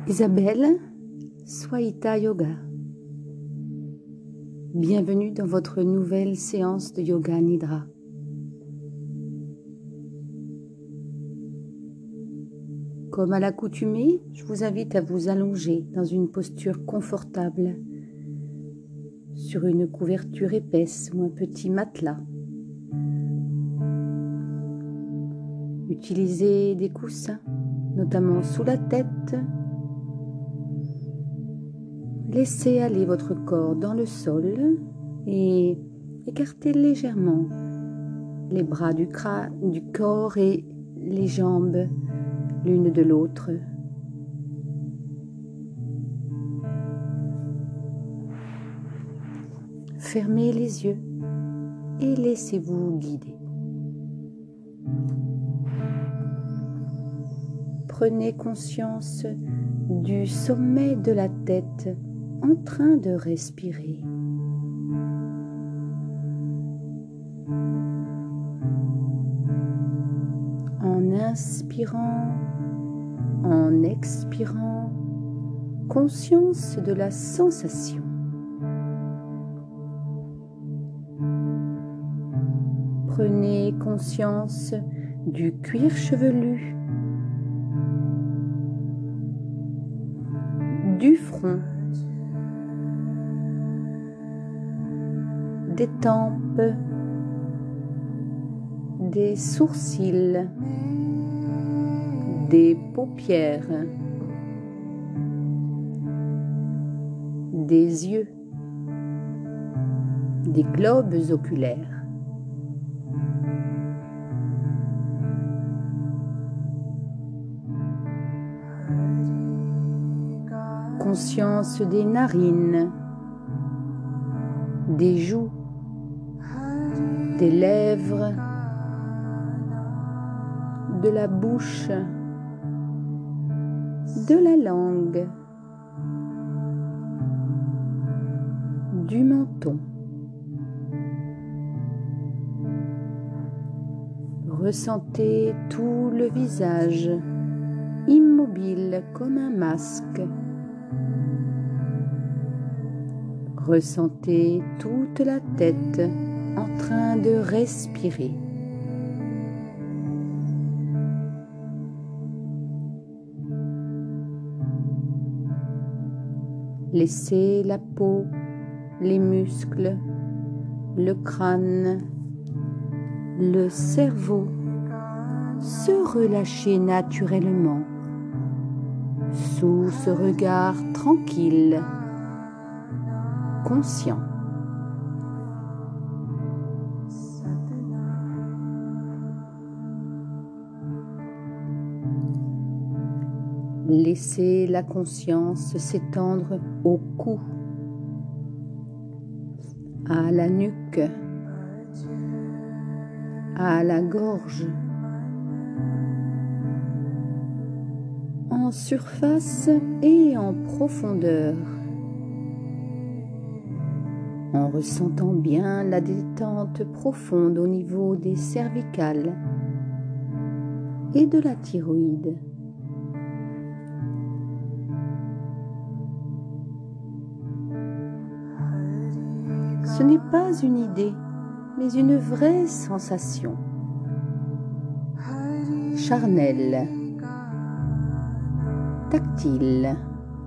Isabelle, Swaita Yoga. Bienvenue dans votre nouvelle séance de Yoga Nidra. Comme à l'accoutumée, je vous invite à vous allonger dans une posture confortable sur une couverture épaisse ou un petit matelas. Utilisez des coussins, notamment sous la tête. Laissez aller votre corps dans le sol et écartez légèrement les bras du corps et les jambes l'une de l'autre. Fermez les yeux et laissez-vous guider. Prenez conscience du sommet de la tête en train de respirer. En inspirant, en expirant, conscience de la sensation. Prenez conscience du cuir chevelu, du front, des tempes, des sourcils, des paupières, des yeux, des globes oculaires. Conscience des narines, des joues, des lèvres, de la bouche, de la langue, du menton. Ressentez tout le visage, immobile comme un masque. Ressentez toute la tête en train de respirer. Laissez la peau, les muscles, le crâne, le cerveau se relâcher naturellement sous ce regard tranquille, conscient. Laissez la conscience s'étendre au cou, à la nuque, à la gorge, en surface et en profondeur, en ressentant bien la détente profonde au niveau des cervicales et de la thyroïde. Ce n'est pas une idée, mais une vraie sensation, charnelle, tactile.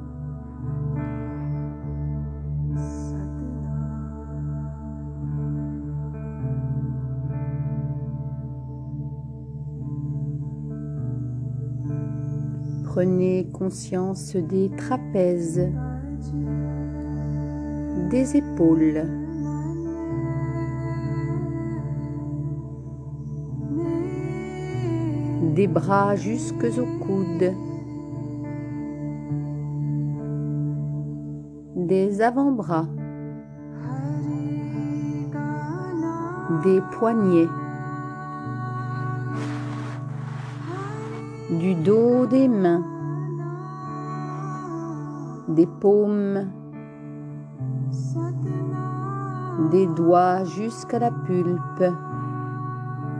Prenez conscience des trapèzes, des épaules, des bras jusques aux coudes, des avant-bras, des poignets, du dos des mains, des paumes, des doigts jusqu'à la pulpe,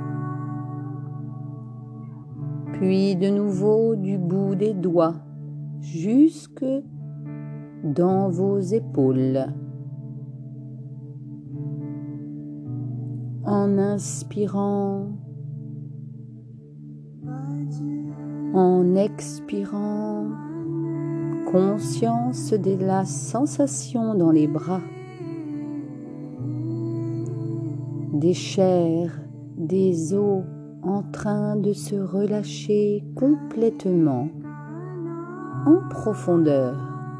puis de nouveau du bout des doigts jusque dans vos épaules. En inspirant, en expirant, conscience de la sensation dans les bras, des chairs, des os en train de se relâcher complètement, en profondeur.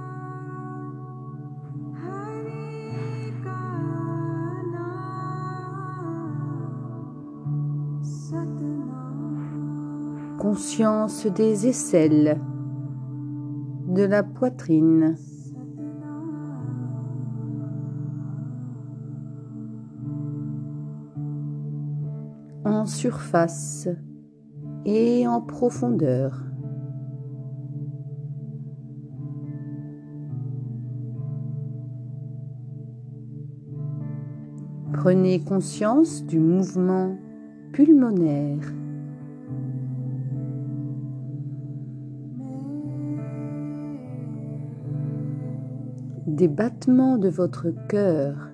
Conscience des aisselles, de la poitrine, en surface et en profondeur. Prenez conscience du mouvement pulmonaire. Des battements de votre cœur.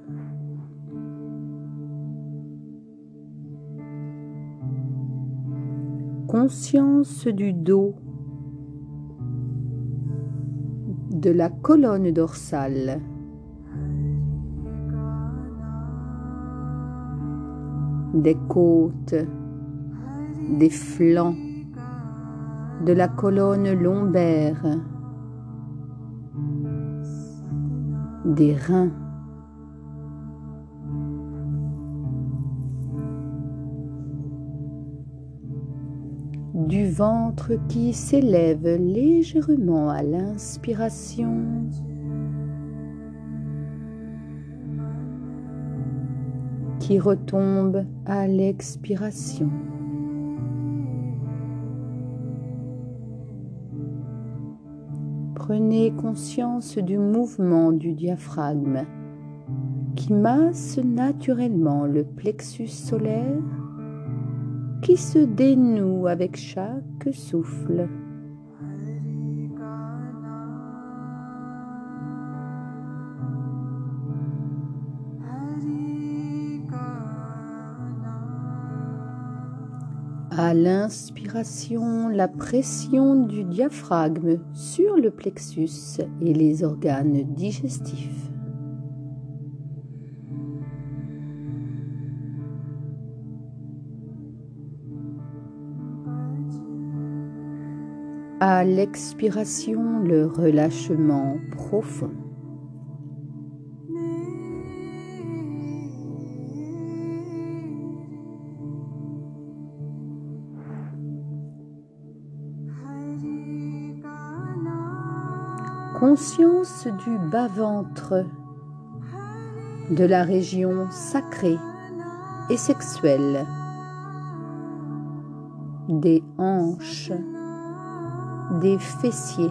Conscience du dos, de la colonne dorsale, des côtes, des flancs, de la colonne lombaire, des reins. Du ventre qui s'élève légèrement à l'inspiration qui retombe à l'expiration. Prenez conscience du mouvement du diaphragme qui masse naturellement le plexus solaire qui se dénoue avec chaque souffle. À l'inspiration, la pression du diaphragme sur le plexus et les organes digestifs. À l'expiration, le relâchement profond. Conscience du bas-ventre, de la région sacrée et sexuelle, des hanches, des fessiers,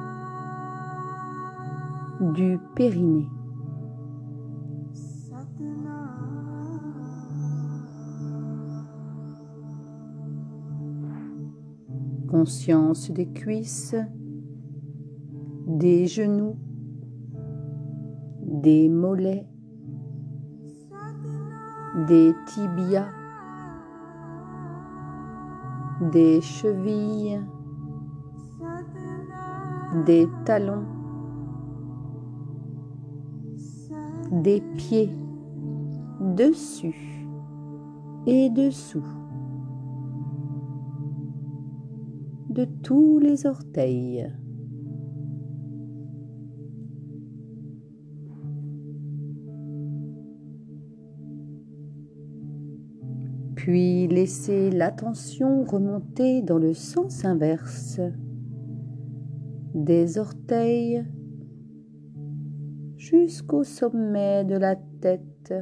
du périnée. Conscience des cuisses, des genoux, des mollets, des tibias, des chevilles, des talons, des pieds, dessus et dessous, de tous les orteils. Puis laissez l'attention remonter dans le sens inverse, des orteils jusqu'au sommet de la tête,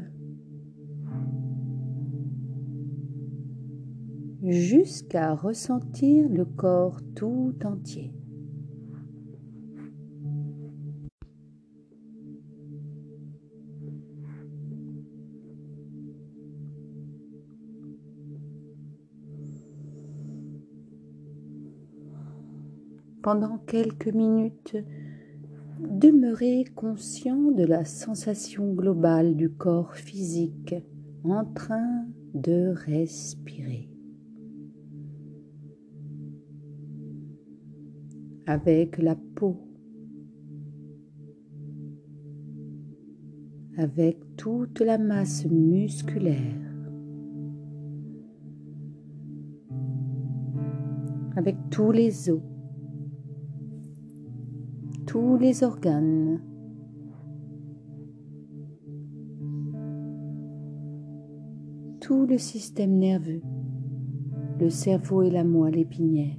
jusqu'à ressentir le corps tout entier. Pendant quelques minutes, demeurez conscient de la sensation globale du corps physique en train de respirer. Avec la peau, avec toute la masse musculaire, avec tous les os, tous les organes, tout le système nerveux, le cerveau et la moelle épinière,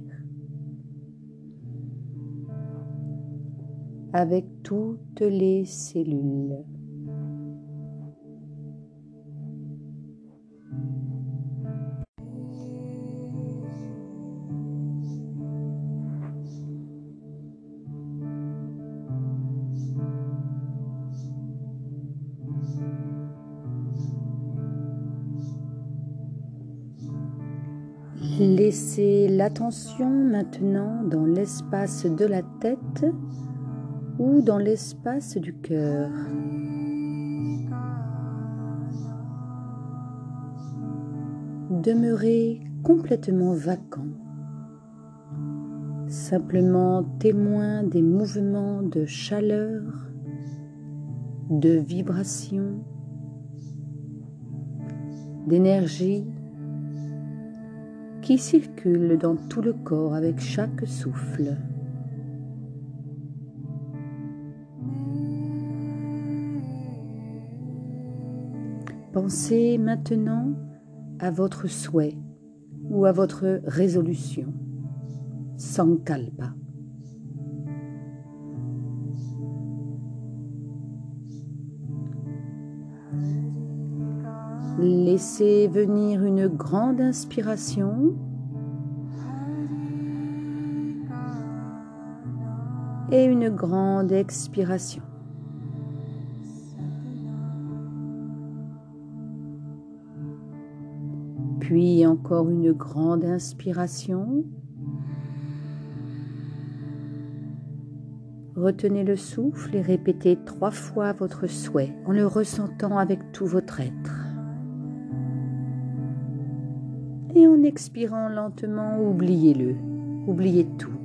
avec toutes les cellules. Laissez l'attention maintenant dans l'espace de la tête ou dans l'espace du cœur. Demeurez complètement vacant, simplement témoin des mouvements de chaleur, de vibration, d'énergie qui circulent dans tout le corps avec chaque souffle. Pensez maintenant à votre souhait ou à votre résolution, Sankalpa. Laissez venir une grande inspiration et une grande expiration. Puis encore une grande inspiration. Retenez le souffle et répétez 3 fois votre souhait en le ressentant avec tout votre être. Et en expirant lentement, oubliez-le, oubliez tout.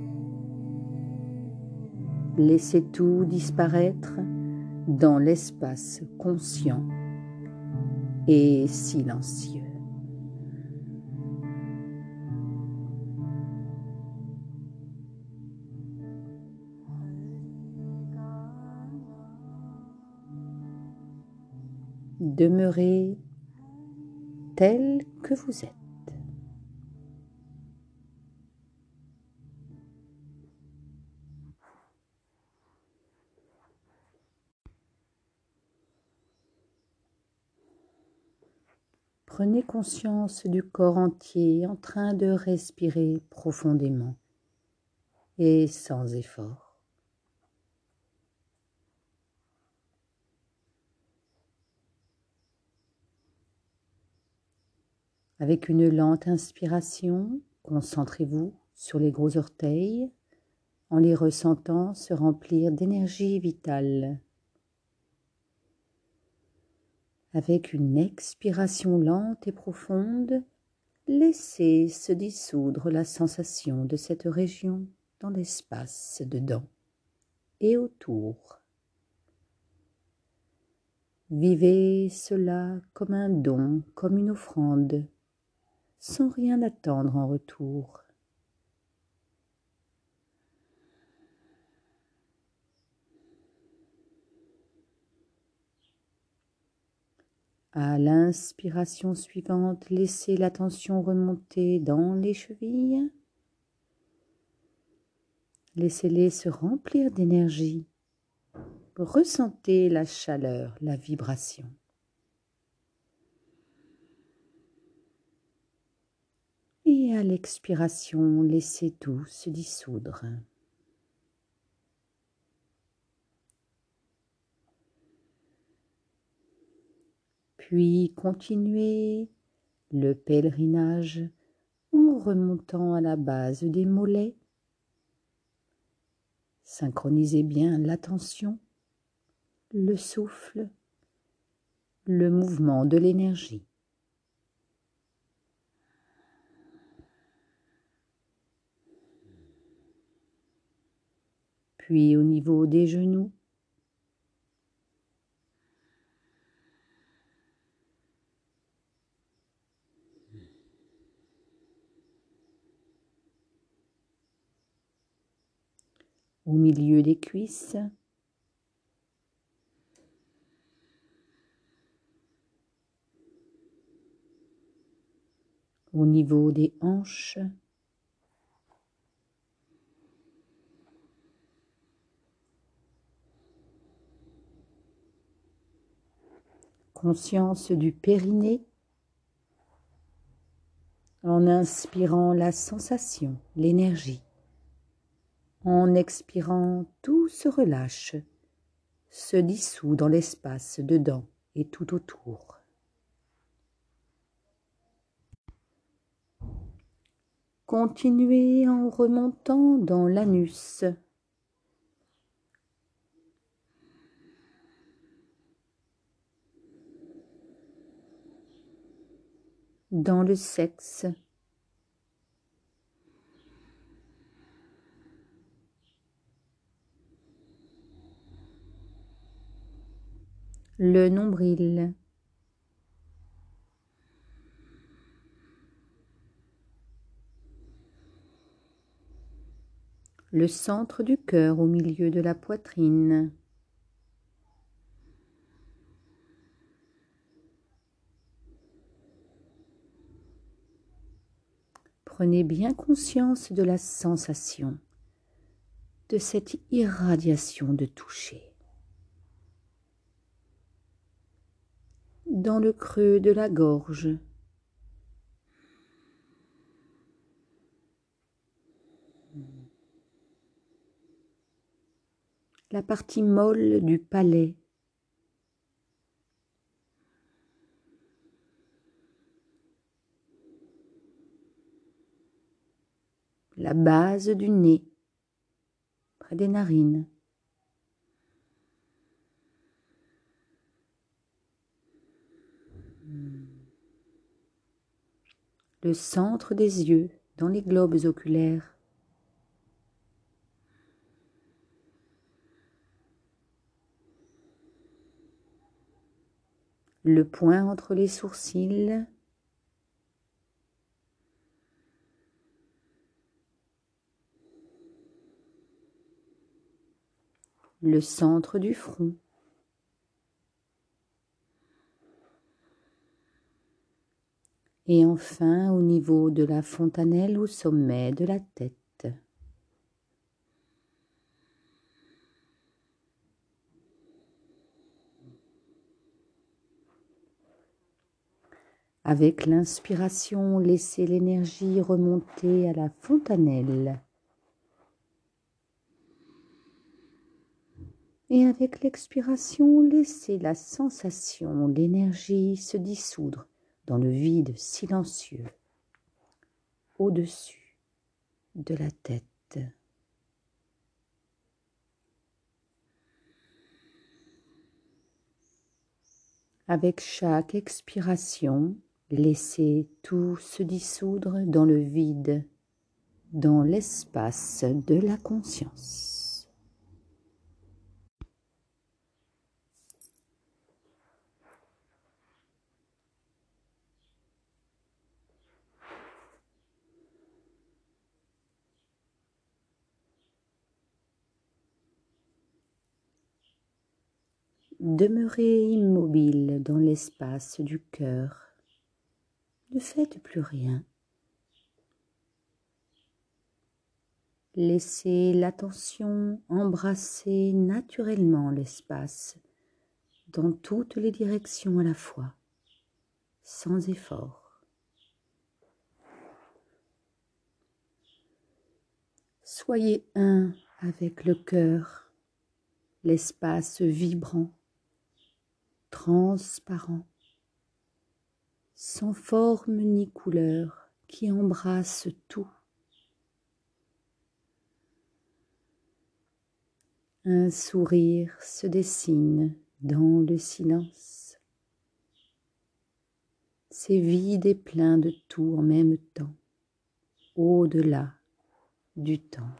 Laissez tout disparaître dans l'espace conscient et silencieux. Demeurez tel que vous êtes. Prenez conscience du corps entier en train de respirer profondément et sans effort. Avec une lente inspiration, concentrez-vous sur les gros orteils en les ressentant se remplir d'énergie vitale. Avec une expiration lente et profonde, laissez se dissoudre la sensation de cette région dans l'espace dedans et autour. Vivez cela comme un don, comme une offrande, sans rien attendre en retour. À l'inspiration suivante, laissez l'attention remonter dans les chevilles. Laissez-les se remplir d'énergie. Ressentez la chaleur, la vibration. Et à l'expiration, laissez tout se dissoudre. Puis continuez le pèlerinage en remontant à la base des mollets, Synchronisez bien l'attention, le souffle, le mouvement de l'énergie. Puis au niveau des genoux, au milieu des cuisses, au niveau des hanches, conscience du périnée, en inspirant la sensation, l'énergie. En expirant, tout se relâche, se dissout dans l'espace dedans et tout autour. Continuez en remontant dans l'anus. Dans le sexe. Le nombril. Le centre du cœur au milieu de la poitrine. Prenez bien conscience de la sensation, de cette irradiation de toucher. Dans le creux de la gorge. La partie molle du palais. La base du nez, près des narines. Le centre des yeux, dans les globes oculaires. Le point entre les sourcils. Le centre du front. Et enfin au niveau de la fontanelle au sommet de la tête. Avec l'inspiration, laissez l'énergie remonter à la fontanelle. Et avec l'expiration, laissez la sensation, l'énergie se dissoudre dans le vide silencieux au-dessus de la tête. Avec chaque expiration, laissez tout se dissoudre dans le vide, dans l'espace de la conscience. Demeurez immobile dans l'espace du cœur. Ne faites plus rien. Laissez l'attention embrasser naturellement l'espace dans toutes les directions à la fois, sans effort. Soyez un avec le cœur, l'espace vibrant, transparent, sans forme ni couleur, qui embrasse tout. Un sourire se dessine dans le silence. C'est vide et plein de tout en même temps, au-delà du temps.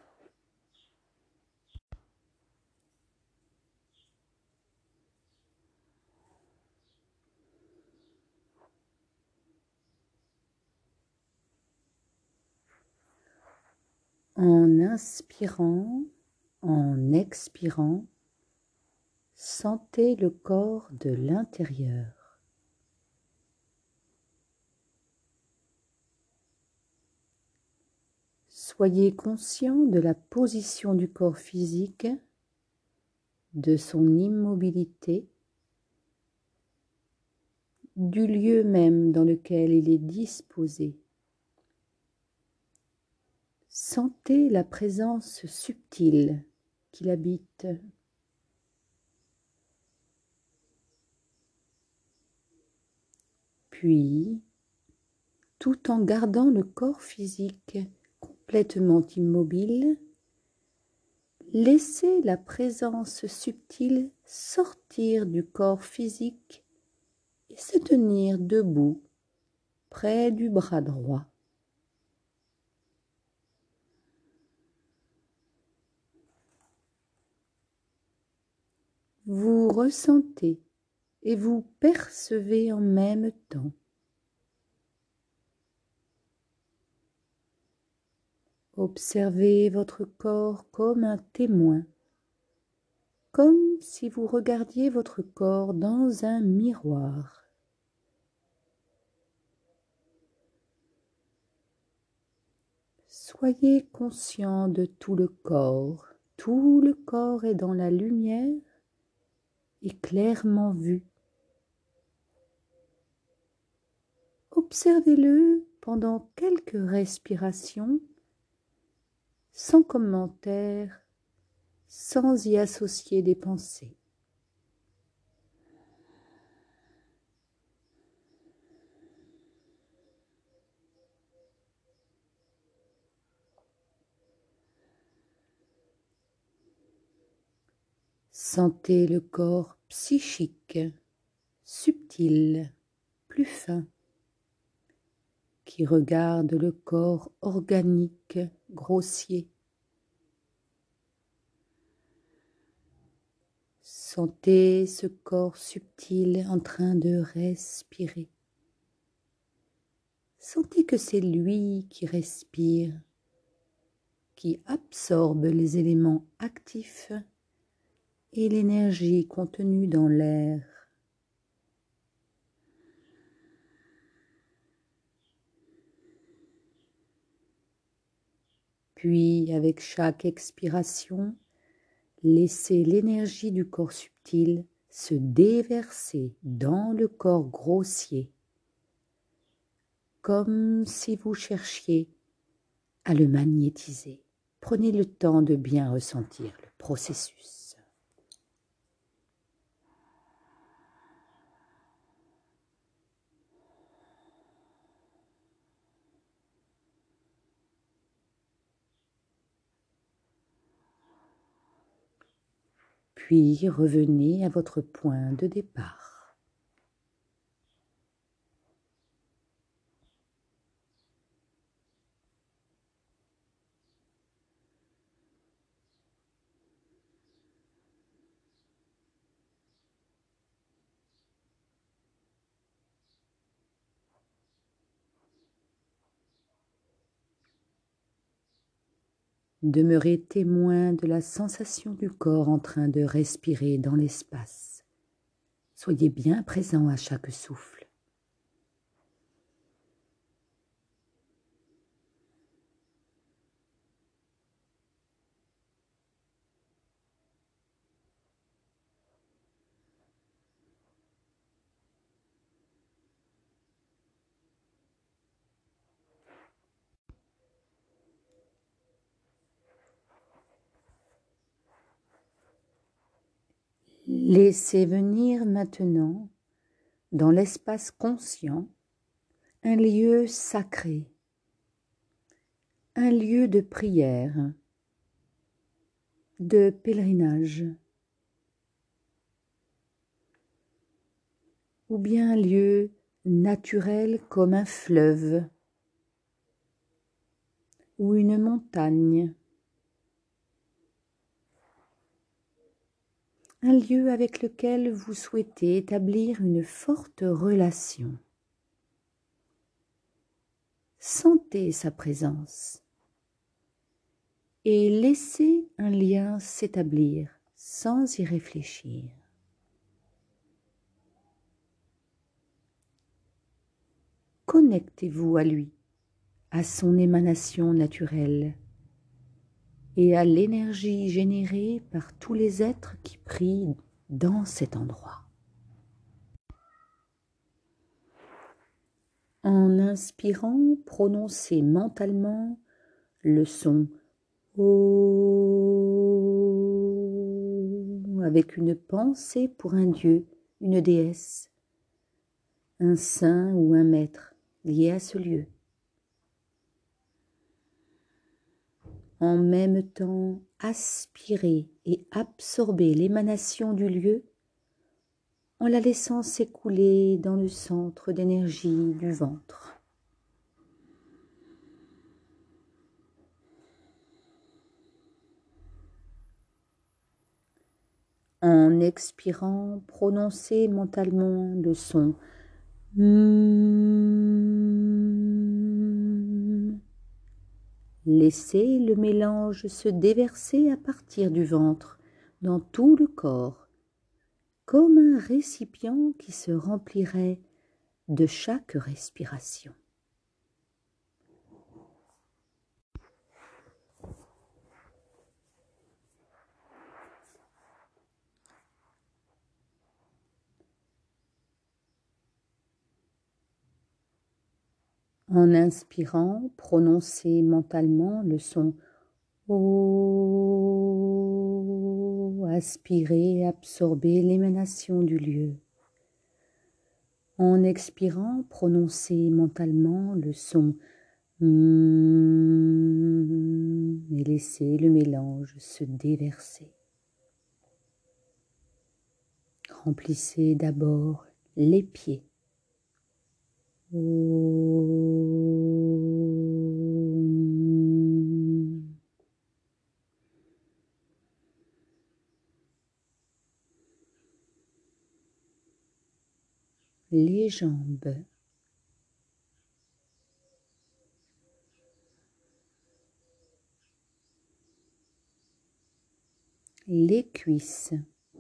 En inspirant, en expirant, sentez le corps de l'intérieur. Soyez conscient de la position du corps physique, de son immobilité, du lieu même dans lequel il est disposé. Sentez la présence subtile qui l'habite. Puis, tout en gardant le corps physique complètement immobile, laissez la présence subtile sortir du corps physique et se tenir debout près du bras droit. Vous ressentez et vous percevez en même temps. Observez votre corps comme un témoin, comme si vous regardiez votre corps dans un miroir. Soyez conscient de tout le corps. Tout le corps est dans la lumière et clairement vu. Observez-le pendant quelques respirations, sans commentaire, sans y associer des pensées. Sentez le corps psychique, subtil, plus fin, qui regarde le corps organique, grossier. Sentez ce corps subtil en train de respirer. Sentez que c'est lui qui respire, qui absorbe les éléments actifs et l'énergie contenue dans l'air. Puis, avec chaque expiration, laissez l'énergie du corps subtil se déverser dans le corps grossier, comme si vous cherchiez à le magnétiser. Prenez le temps de bien ressentir le processus. Puis revenez à votre point de départ. Demeurez témoin de la sensation du corps en train de respirer dans l'espace. Soyez bien présent à chaque souffle. Laissez venir maintenant, dans l'espace conscient, un lieu sacré, un lieu de prière, de pèlerinage, ou bien un lieu naturel comme un fleuve ou une montagne, un lieu avec lequel vous souhaitez établir une forte relation. Sentez sa présence et laissez un lien s'établir sans y réfléchir. Connectez-vous à lui, à son émanation naturelle et à l'énergie générée par tous les êtres qui prient dans cet endroit. En inspirant, prononcez mentalement le son O avec une pensée pour un dieu, une déesse, un saint ou un maître lié à ce lieu. En même temps, aspirez et absorbez l'émanation du lieu en la laissant s'écouler dans le centre d'énergie du ventre. En expirant, prononcez mentalement le son M. Laissez le mélange se déverser à partir du ventre dans tout le corps, comme un récipient qui se remplirait de chaque respiration. En inspirant, prononcez mentalement le son O. Aspirez et absorbez l'émanation du lieu. En expirant, prononcez mentalement le son et laissez le mélange se déverser. Remplissez d'abord les pieds. Les jambes. Les cuisses.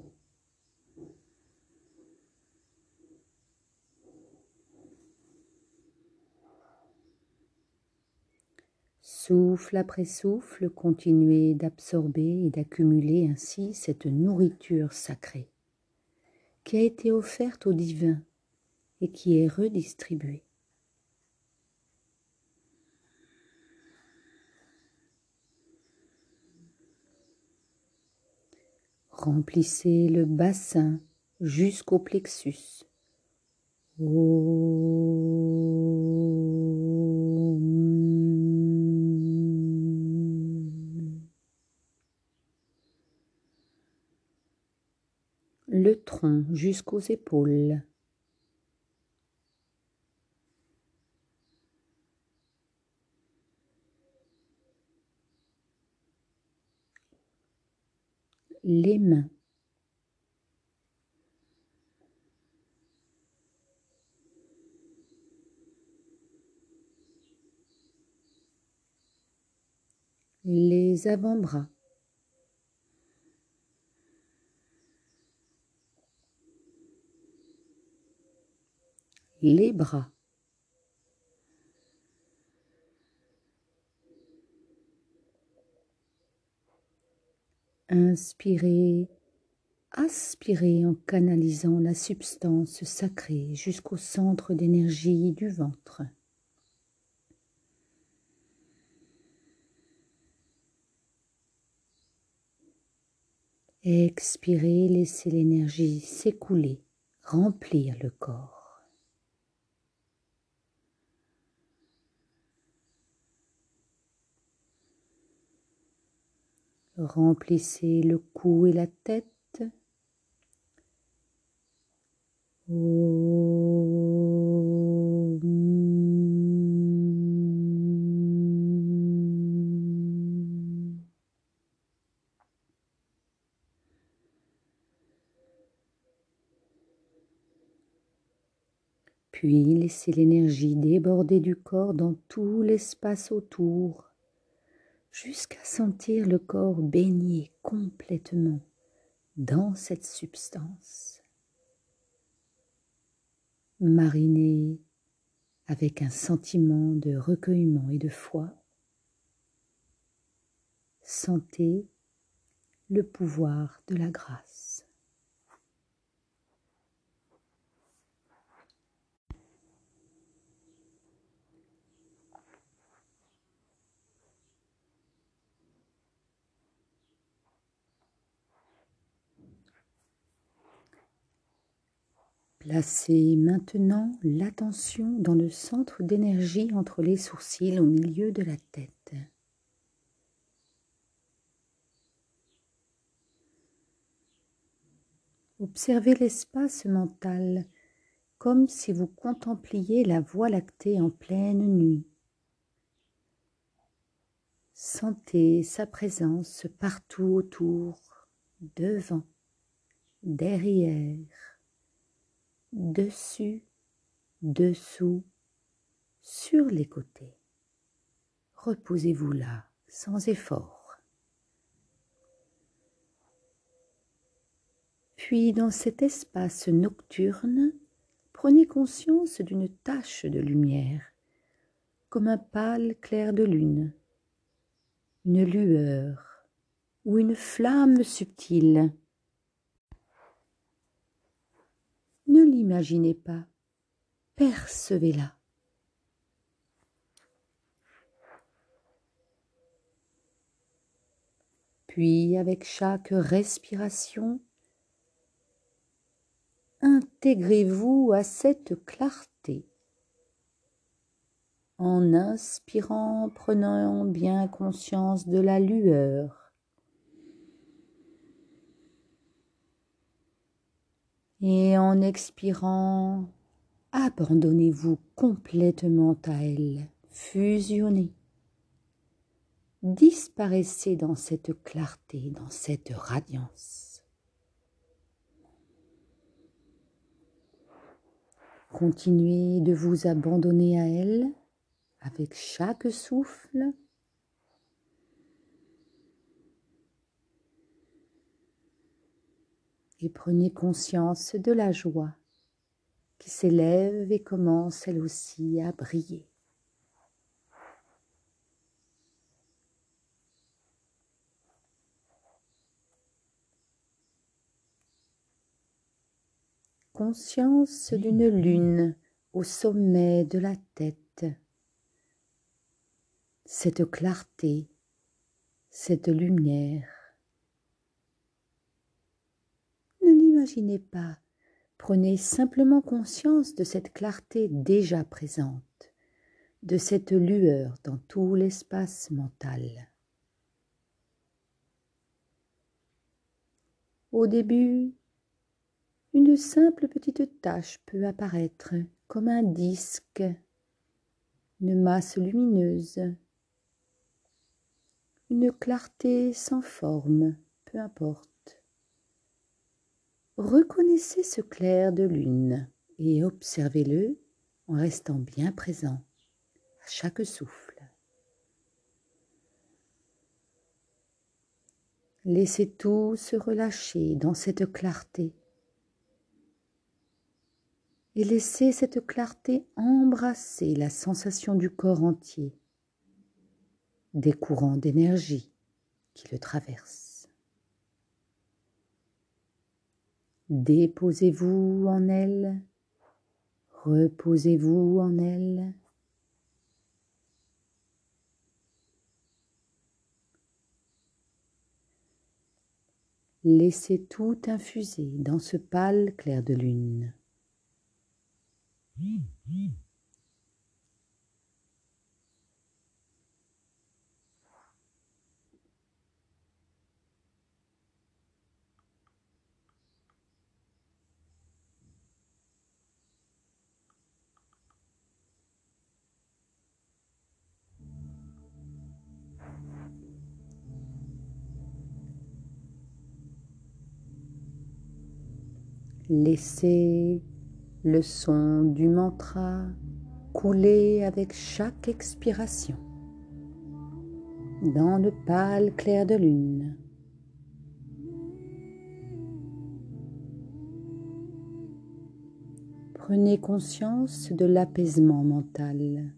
Souffle après souffle, continuez d'absorber et d'accumuler ainsi cette nourriture sacrée qui a été offerte au divin et qui est redistribuée. Remplissez le bassin jusqu'au plexus. Le tronc jusqu'aux épaules. Les mains. Les avant-bras. Les bras. Inspirez, aspirez en canalisant la substance sacrée jusqu'au centre d'énergie du ventre. Expirez, laissez l'énergie s'écouler, remplir le corps. Remplissez le cou et la tête. Puis laissez l'énergie déborder du corps dans tout l'espace autour, jusqu'à sentir le corps baigné complètement dans cette substance, mariné avec un sentiment de recueillement et de foi. Sentez le pouvoir de la grâce. Placez maintenant l'attention dans le centre d'énergie entre les sourcils au milieu de la tête. Observez l'espace mental comme si vous contempliez la Voie lactée en pleine nuit. Sentez sa présence partout autour, devant, derrière, dessus, dessous, sur les côtés. Reposez-vous là, sans effort. Puis, dans cet espace nocturne, prenez conscience d'une tache de lumière, comme un pâle clair de lune, une lueur ou une flamme subtile. Ne l'imaginez pas, percevez-la. Puis, avec chaque respiration, intégrez-vous à cette clarté. En inspirant, prenant bien conscience de la lueur. Et en expirant, abandonnez-vous complètement à elle, fusionnez. Disparaissez dans cette clarté, dans cette radiance. Continuez de vous abandonner à elle avec chaque souffle. Et prenez conscience de la joie qui s'élève et commence elle aussi à briller. Conscience d'une lune au sommet de la tête. Cette clarté, cette lumière. Ne l'imaginez pas, prenez simplement conscience de cette clarté déjà présente, de cette lueur dans tout l'espace mental. Au début, une simple petite tache peut apparaître comme un disque, une masse lumineuse, une clarté sans forme, peu importe. Reconnaissez ce clair de lune et observez-le en restant bien présent à chaque souffle. Laissez tout se relâcher dans cette clarté et laissez cette clarté embrasser la sensation du corps entier, des courants d'énergie qui le traversent. Déposez-vous en elle, reposez-vous en elle. Laissez tout infuser dans ce pâle clair de lune. Laissez le son du mantra couler avec chaque expiration dans le pâle clair de lune. Prenez conscience de l'apaisement mental.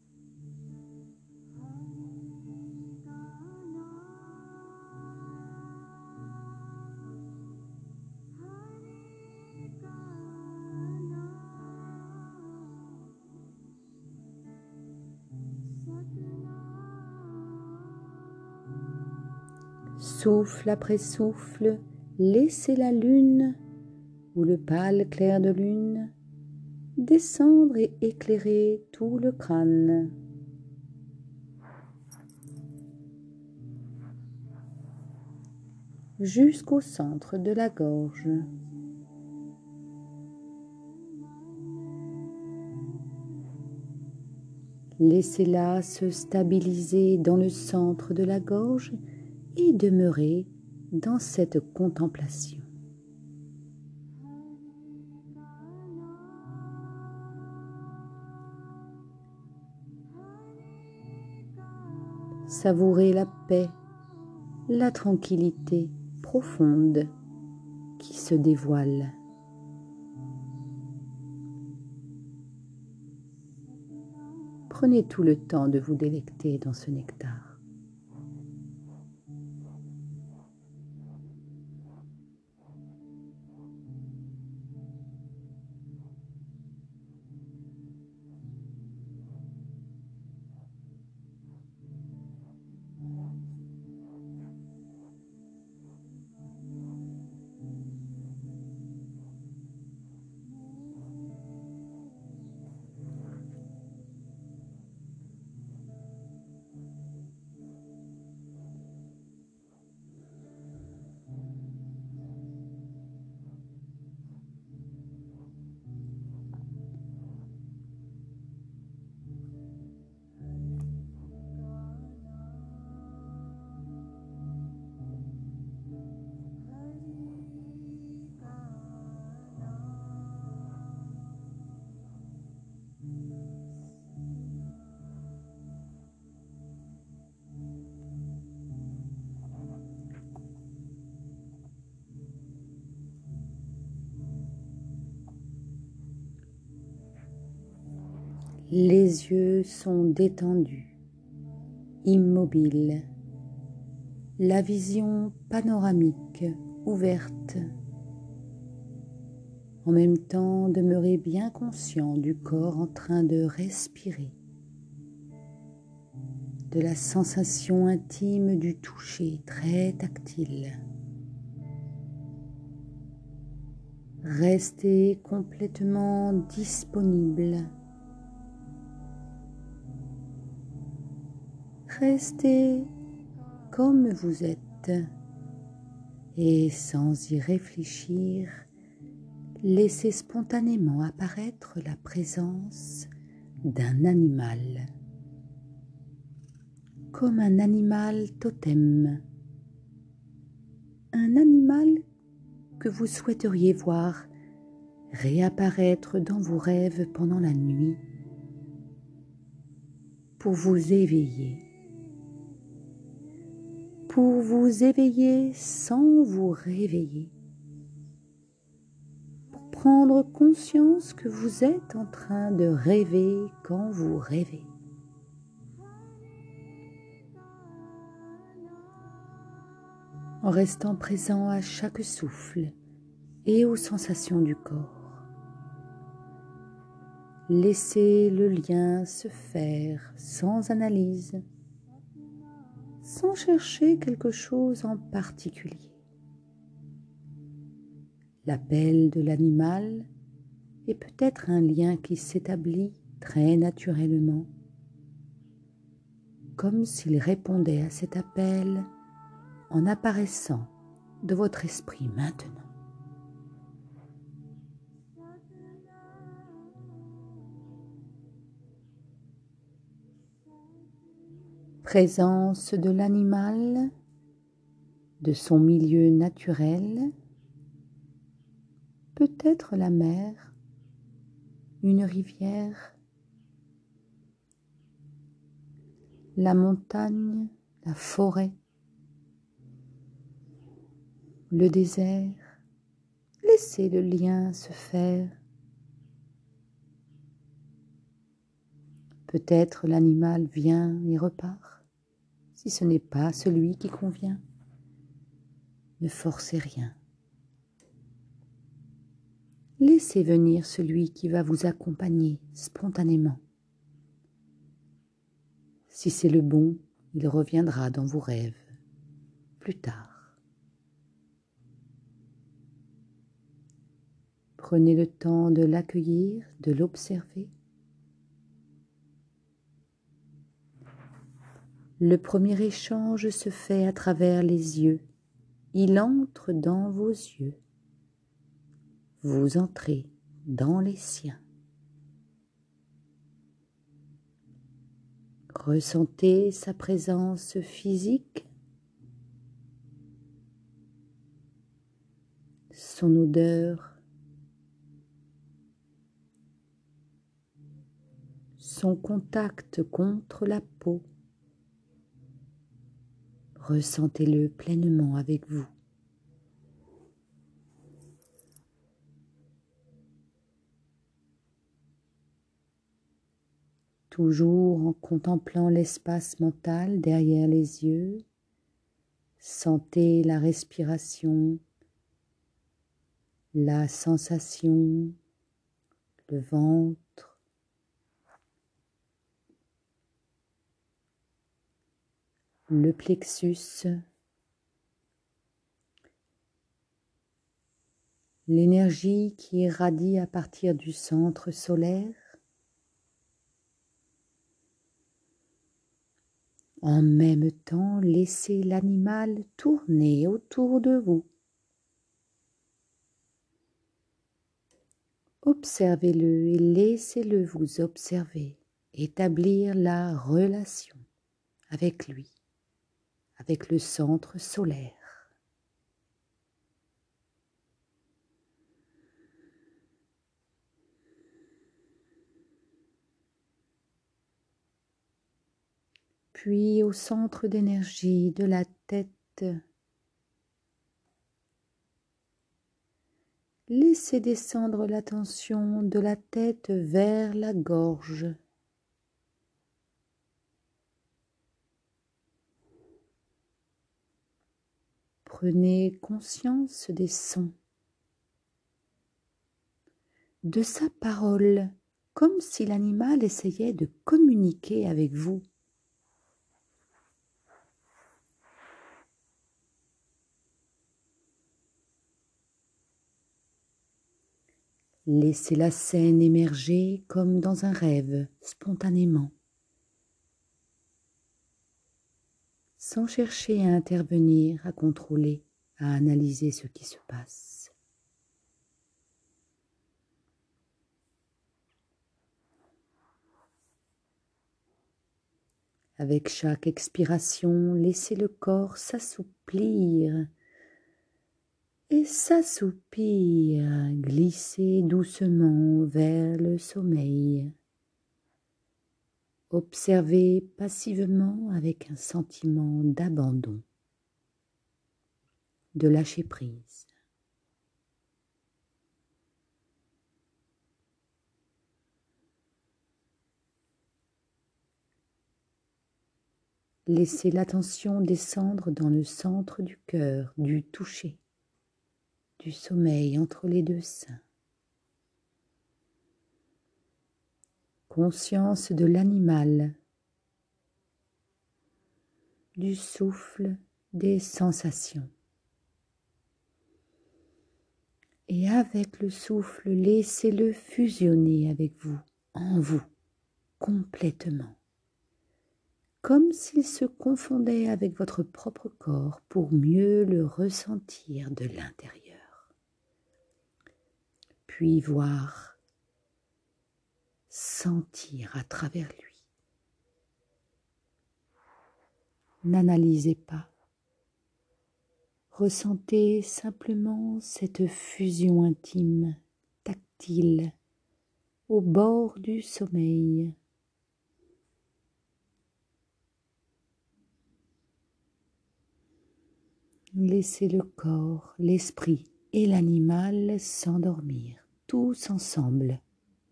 Souffle après souffle, laissez la lune ou le pâle clair de lune descendre et éclairer tout le crâne. Jusqu'au centre de la gorge. Laissez-la se stabiliser dans le centre de la gorge et demeurer dans cette contemplation. Savourez la paix, la tranquillité profonde qui se dévoile. Prenez tout le temps de vous délecter dans ce nectar. Les yeux sont détendus, immobiles, la vision panoramique ouverte. En même temps, demeurez bien conscient du corps en train de respirer, de la sensation intime du toucher très tactile. Restez complètement disponible. Restez comme vous êtes et sans y réfléchir, laissez spontanément apparaître la présence d'un animal, comme un animal totem, un animal que vous souhaiteriez voir réapparaître dans vos rêves pendant la nuit pour vous éveiller. Pour vous éveiller sans vous réveiller, pour prendre conscience que vous êtes en train de rêver quand vous rêvez. En restant présent à chaque souffle et aux sensations du corps. Laissez le lien se faire sans analyse, sans chercher quelque chose en particulier. L'appel de l'animal est peut-être un lien qui s'établit très naturellement, comme s'il répondait à cet appel en apparaissant de votre esprit maintenant. Présence de l'animal, de son milieu naturel, peut-être la mer, une rivière, la montagne, la forêt, le désert. Laissez le lien se faire. Peut-être l'animal vient et repart. Si ce n'est pas celui qui convient, ne forcez rien. Laissez venir celui qui va vous accompagner spontanément. Si c'est le bon, il reviendra dans vos rêves plus tard. Prenez le temps de l'accueillir, de l'observer. Le premier échange se fait à travers les yeux. Il entre dans vos yeux. Vous entrez dans les siens. Ressentez sa présence physique, son odeur, son contact contre la peau. Ressentez-le pleinement avec vous. Toujours en contemplant l'espace mental derrière les yeux, sentez la respiration, la sensation, le ventre, le plexus, l'énergie qui irradie à partir du centre solaire. En même temps, laissez l'animal tourner autour de vous. Observez-le et laissez-le vous observer, établir la relation avec lui, avec le centre solaire. Puis au centre d'énergie de la tête, laissez descendre l'attention de la tête vers la gorge. Prenez conscience des sons, de sa parole, comme si l'animal essayait de communiquer avec vous. Laissez la scène émerger comme dans un rêve, spontanément, sans chercher à intervenir, à contrôler, à analyser ce qui se passe. Avec chaque expiration, laissez le corps s'assouplir et s'assoupir, glisser doucement vers le sommeil. Observez passivement avec un sentiment d'abandon, de lâcher prise. Laissez l'attention descendre dans le centre du cœur, du toucher, du sommeil entre les deux seins. Conscience de l'animal, du souffle, des sensations. Et avec le souffle, laissez-le fusionner avec vous, en vous, complètement. Comme s'il se confondait avec votre propre corps pour mieux le ressentir de l'intérieur. Puis voir, sentir à travers lui. N'analysez pas. Ressentez simplement cette fusion intime, tactile, au bord du sommeil. Laissez le corps, l'esprit et l'animal s'endormir, tous ensemble.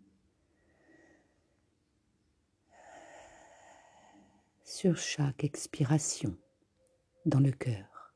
Sur chaque expiration dans le cœur.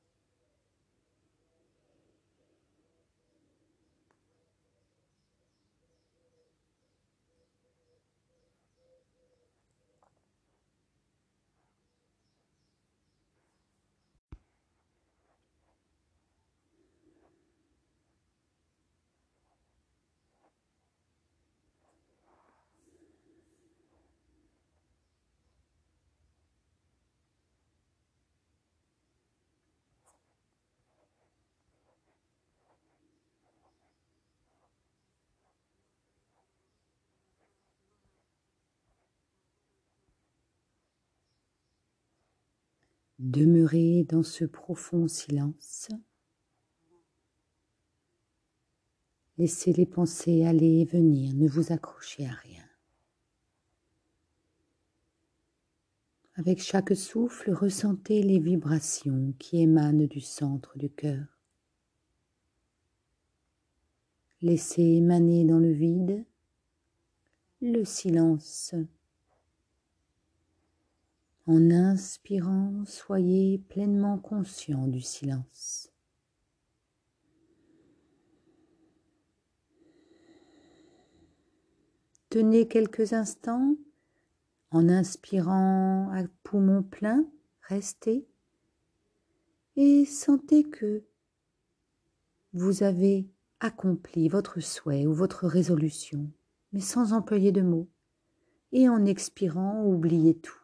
Demeurez dans ce profond silence. Laissez les pensées aller et venir, ne vous accrochez à rien. Avec chaque souffle, ressentez les vibrations qui émanent du centre du cœur. Laissez émaner dans le vide le silence. En inspirant, soyez pleinement conscient du silence. Tenez quelques instants en inspirant à poumon plein, restez et sentez que vous avez accompli votre souhait ou votre résolution, mais sans employer de mots. Et en expirant, oubliez tout.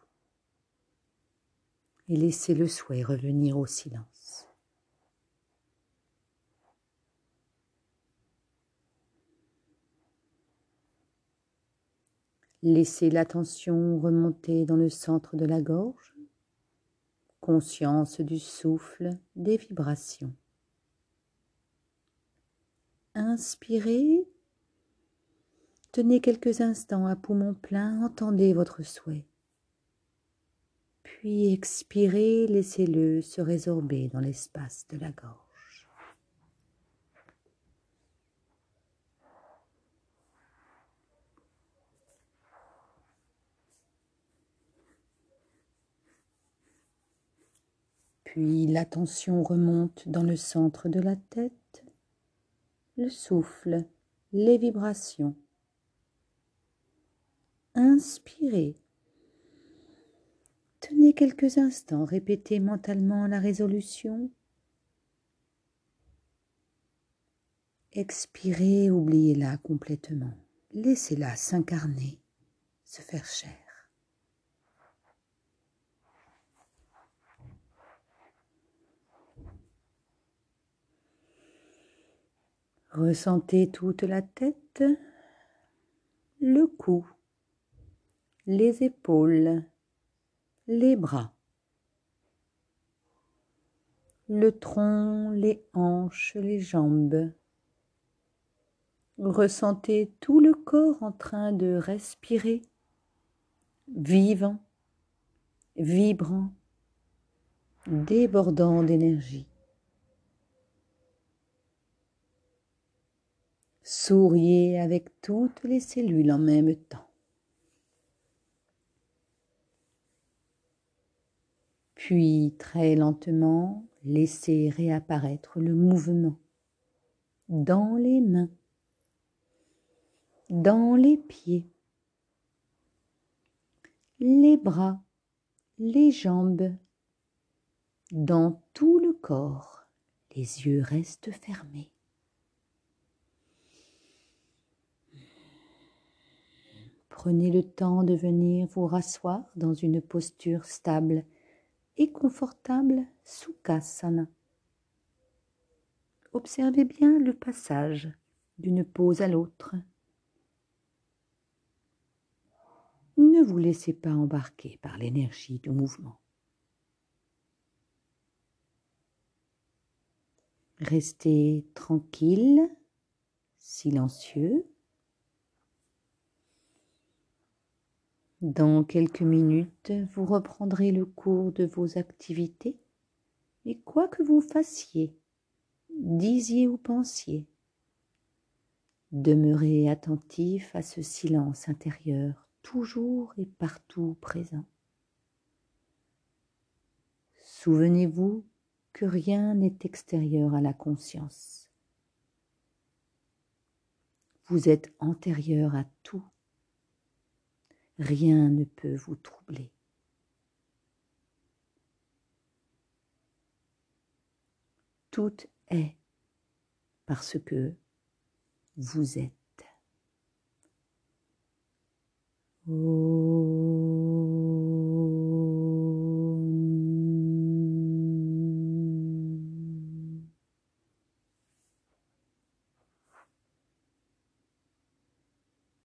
Et laissez le souhait revenir au silence. Laissez l'attention remonter dans le centre de la gorge, conscience du souffle, des vibrations. Inspirez, tenez quelques instants à poumon plein, entendez votre souhait. Puis expirez, laissez-le se résorber dans l'espace de la gorge. Puis l'attention remonte dans le centre de la tête, le souffle, les vibrations. Inspirez. Tenez quelques instants, répétez mentalement la résolution. Expirez, oubliez-la complètement. Laissez-la s'incarner, se faire chair. Ressentez toute la tête, le cou, les épaules, les bras, le tronc, les hanches, les jambes. Ressentez tout le corps en train de respirer, vivant, vibrant, débordant d'énergie. Souriez avec toutes les cellules en même temps. Puis, très lentement, laissez réapparaître le mouvement dans les mains, dans les pieds, les bras, les jambes, dans tout le corps. Les yeux restent fermés. Prenez le temps de venir vous rasseoir dans une posture stable et confortable, Sukhasana. Observez bien le passage d'une pose à l'autre. Ne vous laissez pas embarquer par l'énergie du mouvement. Restez tranquille, silencieux. Dans quelques minutes, vous reprendrez le cours de vos activités et quoi que vous fassiez, disiez ou pensiez, demeurez attentif à ce silence intérieur, toujours et partout présent. Souvenez-vous que rien n'est extérieur à la conscience. Vous êtes antérieur à tout. Rien ne peut vous troubler. Tout est parce que vous êtes. Oh.